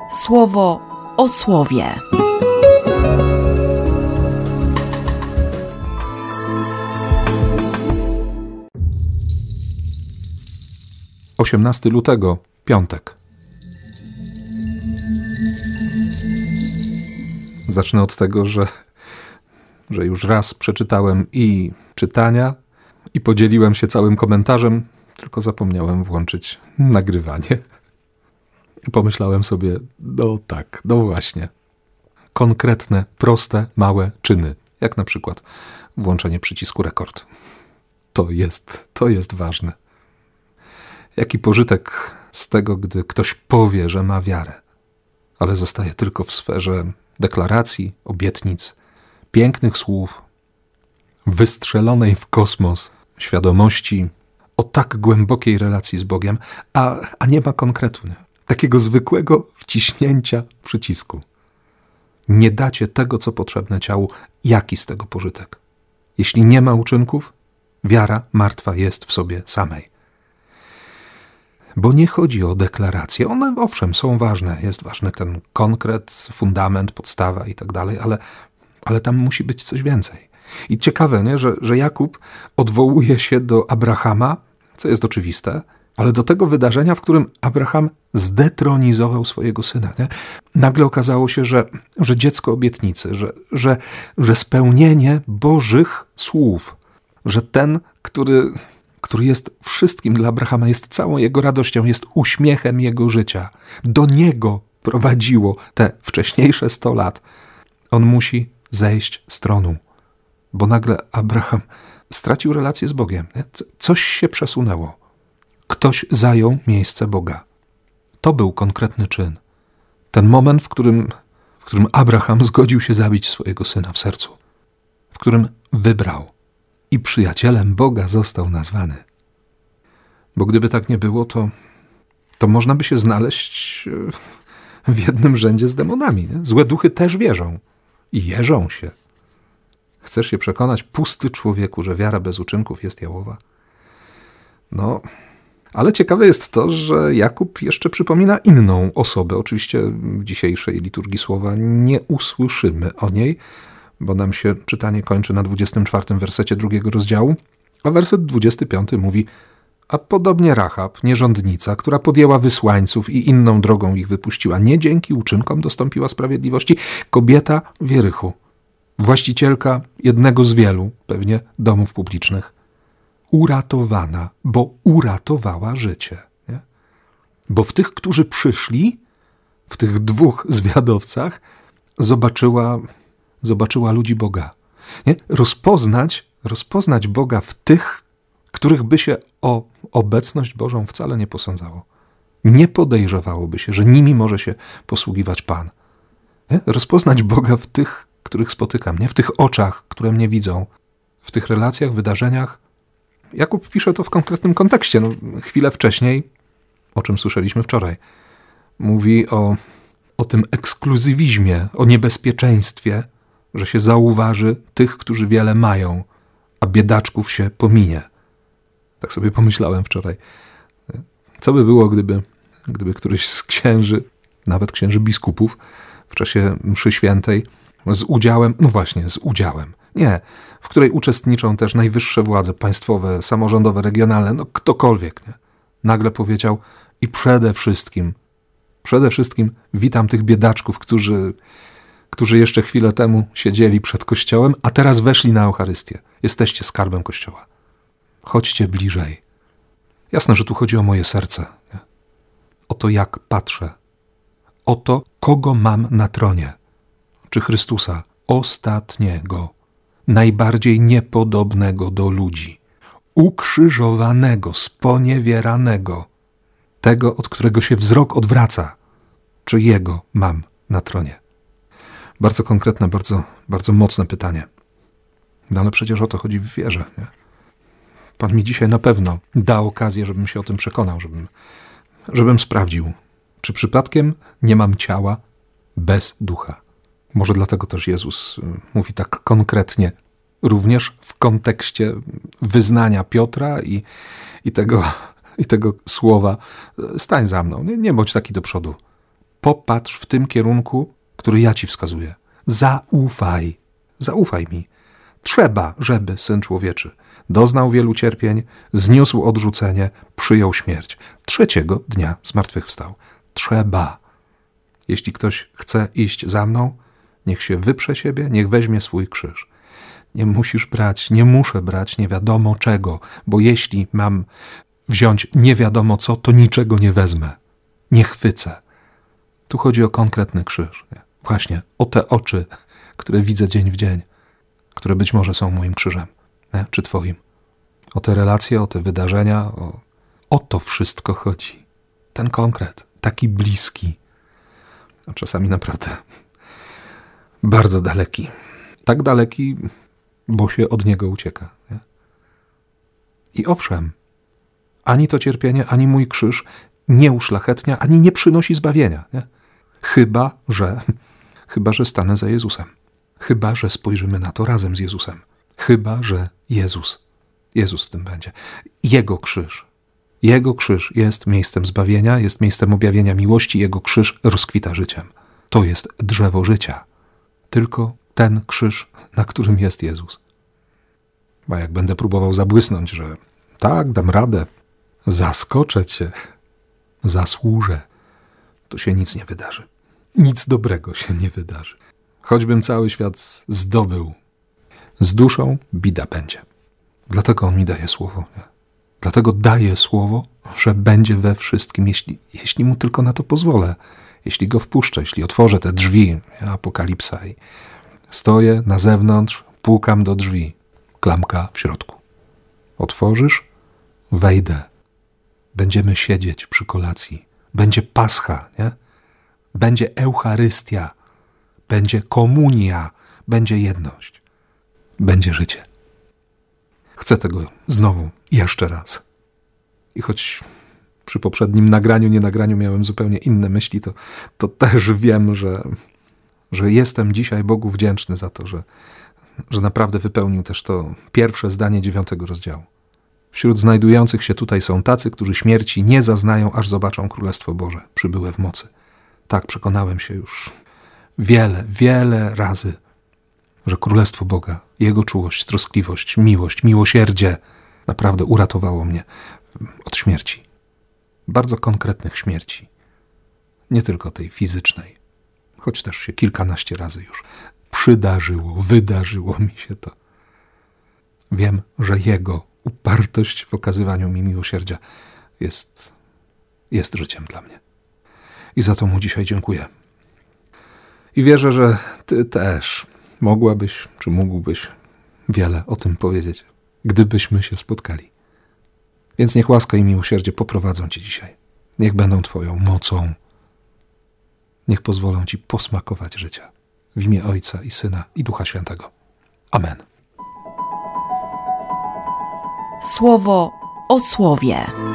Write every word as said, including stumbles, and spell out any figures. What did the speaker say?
Słowo o słowie. osiemnastego lutego, piątek. Zacznę od tego, że, że już raz przeczytałem i czytania, i podzieliłem się całym komentarzem, tylko zapomniałem włączyć nagrywanie. I pomyślałem sobie, no tak, no właśnie. Konkretne, proste, małe czyny, jak na przykład włączenie przycisku rekord. To jest, to jest ważne. Jaki pożytek z tego, gdy ktoś powie, że ma wiarę, ale zostaje tylko w sferze deklaracji, obietnic, pięknych słów, wystrzelonej w kosmos świadomości o tak głębokiej relacji z Bogiem, a, a nie ma konkretu, nie? Takiego zwykłego wciśnięcia przycisku. Nie dacie tego, co potrzebne ciału, jaki z tego pożytek? Jeśli nie ma uczynków, wiara martwa jest w sobie samej. Bo nie chodzi o deklaracje. One owszem są ważne. Jest ważny ten konkret, fundament, podstawa i tak dalej, ale, ale tam musi być coś więcej. I ciekawe, nie? Że, że Jakub odwołuje się do Abrahama, co jest oczywiste, ale do tego wydarzenia, w którym Abraham zdetronizował swojego syna. Nie? Nagle okazało się, że, że dziecko obietnicy, że, że, że spełnienie Bożych słów, że ten, który, który jest wszystkim dla Abrahama, jest całą jego radością, jest uśmiechem jego życia. Do niego prowadziło te wcześniejsze sto lat. On musi zejść z tronu, bo nagle Abraham stracił relację z Bogiem. Nie? Coś się przesunęło. Ktoś zajął miejsce Boga. To był konkretny czyn. Ten moment, w którym, w którym Abraham zgodził się zabić swojego syna w sercu. W którym wybrał. I przyjacielem Boga został nazwany. Bo gdyby tak nie było, to, to można by się znaleźć w jednym rzędzie z demonami. Nie? Złe duchy też wierzą. I jeżą się. Chcesz się przekonać, pusty człowieku, że wiara bez uczynków jest jałowa? No... Ale ciekawe jest to, że Jakub jeszcze przypomina inną osobę. Oczywiście w dzisiejszej liturgii słowa nie usłyszymy o niej, bo nam się czytanie kończy na dwudziestym czwartym wersecie drugiego rozdziału, a werset dwudziesty piąty mówi: a podobnie Rahab, nierządnica, która podjęła wysłańców i inną drogą ich wypuściła, nie dzięki uczynkom dostąpiła sprawiedliwości, kobieta w Jerychu, właścicielka jednego z wielu, pewnie, domów publicznych, uratowana, bo uratowała życie. Nie? Bo w tych, którzy przyszli, w tych dwóch zwiadowcach, zobaczyła, zobaczyła ludzi Boga. Nie? Rozpoznać, rozpoznać Boga w tych, których by się o obecność Bożą wcale nie posądzało. Nie podejrzewałoby się, że nimi może się posługiwać Pan. Nie? Rozpoznać Boga w tych, których spotykam, nie? W tych oczach, które mnie widzą, w tych relacjach, wydarzeniach. Jakub pisze to w konkretnym kontekście. No, chwilę wcześniej, o czym słyszeliśmy wczoraj, mówi o, o tym ekskluzywizmie, o niebezpieczeństwie, że się zauważy tych, którzy wiele mają, a biedaczków się pominie. Tak sobie pomyślałem wczoraj. Co by było, gdyby, gdyby któryś z księży, nawet księży biskupów, w czasie mszy świętej z udziałem, no właśnie, z udziałem, nie, w której uczestniczą też najwyższe władze państwowe, samorządowe, regionalne, no ktokolwiek, nie? Nagle powiedział: i przede wszystkim, przede wszystkim witam tych biedaczków, którzy, którzy jeszcze chwilę temu siedzieli przed kościołem, a teraz weszli na Eucharystię. Jesteście skarbem kościoła. Chodźcie bliżej. Jasne, że tu chodzi o moje serce. Nie? O to, jak patrzę. O to, kogo mam na tronie. Czy Chrystusa, ostatniego, najbardziej niepodobnego do ludzi, ukrzyżowanego, sponiewieranego, tego, od którego się wzrok odwraca, czy Jego mam na tronie? Bardzo konkretne, bardzo, bardzo mocne pytanie. No ale przecież o to chodzi w wierze, nie? Pan mi dzisiaj na pewno da okazję, żebym się o tym przekonał, żebym, żebym sprawdził, czy przypadkiem nie mam ciała bez ducha. Może dlatego też Jezus mówi tak konkretnie, również w kontekście wyznania Piotra i, i, tego, i tego słowa: stań za mną, nie, nie bądź taki do przodu. Popatrz w tym kierunku, który ja ci wskazuję. Zaufaj. Zaufaj mi. Trzeba, żeby Syn Człowieczy doznał wielu cierpień, zniósł odrzucenie, przyjął śmierć. Trzeciego dnia zmartwychwstał. Trzeba. Jeśli ktoś chce iść za mną, niech się wyprze siebie, niech weźmie swój krzyż. Nie musisz brać, nie muszę brać nie wiadomo czego, bo jeśli mam wziąć nie wiadomo co, to niczego nie wezmę. Nie chwycę. Tu chodzi o konkretny krzyż. Nie? Właśnie o te oczy, które widzę dzień w dzień, które być może są moim krzyżem, nie? Czy twoim. O te relacje, o te wydarzenia, o, o to wszystko chodzi. Ten konkret, taki bliski, a czasami naprawdę bardzo daleki. Tak daleki, bo się od niego ucieka. Nie? I owszem, ani to cierpienie, ani mój krzyż nie uszlachetnia, ani nie przynosi zbawienia. Nie? Chyba, że, chyba, że stanę za Jezusem. Chyba, że spojrzymy na to razem z Jezusem. Chyba, że Jezus, Jezus w tym będzie. Jego krzyż. Jego krzyż jest miejscem zbawienia, jest miejscem objawienia miłości. Jego krzyż rozkwita życiem. To jest drzewo życia. Tylko ten krzyż, na którym jest Jezus. A jak będę próbował zabłysnąć, że tak, dam radę, zaskoczę cię, zasłużę, to się nic nie wydarzy. Nic dobrego się nie wydarzy. Choćbym cały świat zdobył, z duszą bida będzie. Dlatego On mi daje słowo. Nie? Dlatego daje słowo, że będzie we wszystkim, jeśli, jeśli Mu tylko na to pozwolę. Jeśli Go wpuszczę, jeśli otworzę te drzwi, Apokalipsa, i stoję na zewnątrz, pukam do drzwi, klamka w środku. Otworzysz? Wejdę. Będziemy siedzieć przy kolacji. Będzie Pascha, nie? Będzie Eucharystia. Będzie komunia. Będzie jedność. Będzie życie. Chcę tego znowu, jeszcze raz. I choć przy poprzednim nagraniu, nie nagraniu miałem zupełnie inne myśli, to, to też wiem, że, że jestem dzisiaj Bogu wdzięczny za to, że, że naprawdę wypełnił też to pierwsze zdanie dziewiątego rozdziału. Wśród znajdujących się tutaj są tacy, którzy śmierci nie zaznają, aż zobaczą Królestwo Boże, przybyłe w mocy. Tak przekonałem się już wiele, wiele razy, że Królestwo Boga, Jego czułość, troskliwość, miłość, miłosierdzie naprawdę uratowało mnie od śmierci. Bardzo konkretnych śmierci. Nie tylko tej fizycznej, choć też się kilkanaście razy już przydarzyło, wydarzyło mi się to. Wiem, że Jego upartość w okazywaniu mi miłosierdzia jest, jest życiem dla mnie. I za to Mu dzisiaj dziękuję. I wierzę, że Ty też mogłabyś, czy mógłbyś wiele o tym powiedzieć, gdybyśmy się spotkali. Więc niech łaska i miłosierdzie poprowadzą Cię dzisiaj. Niech będą Twoją mocą. Niech pozwolą Ci posmakować życia. W imię Ojca i Syna i Ducha Świętego. Amen. Słowo o słowie.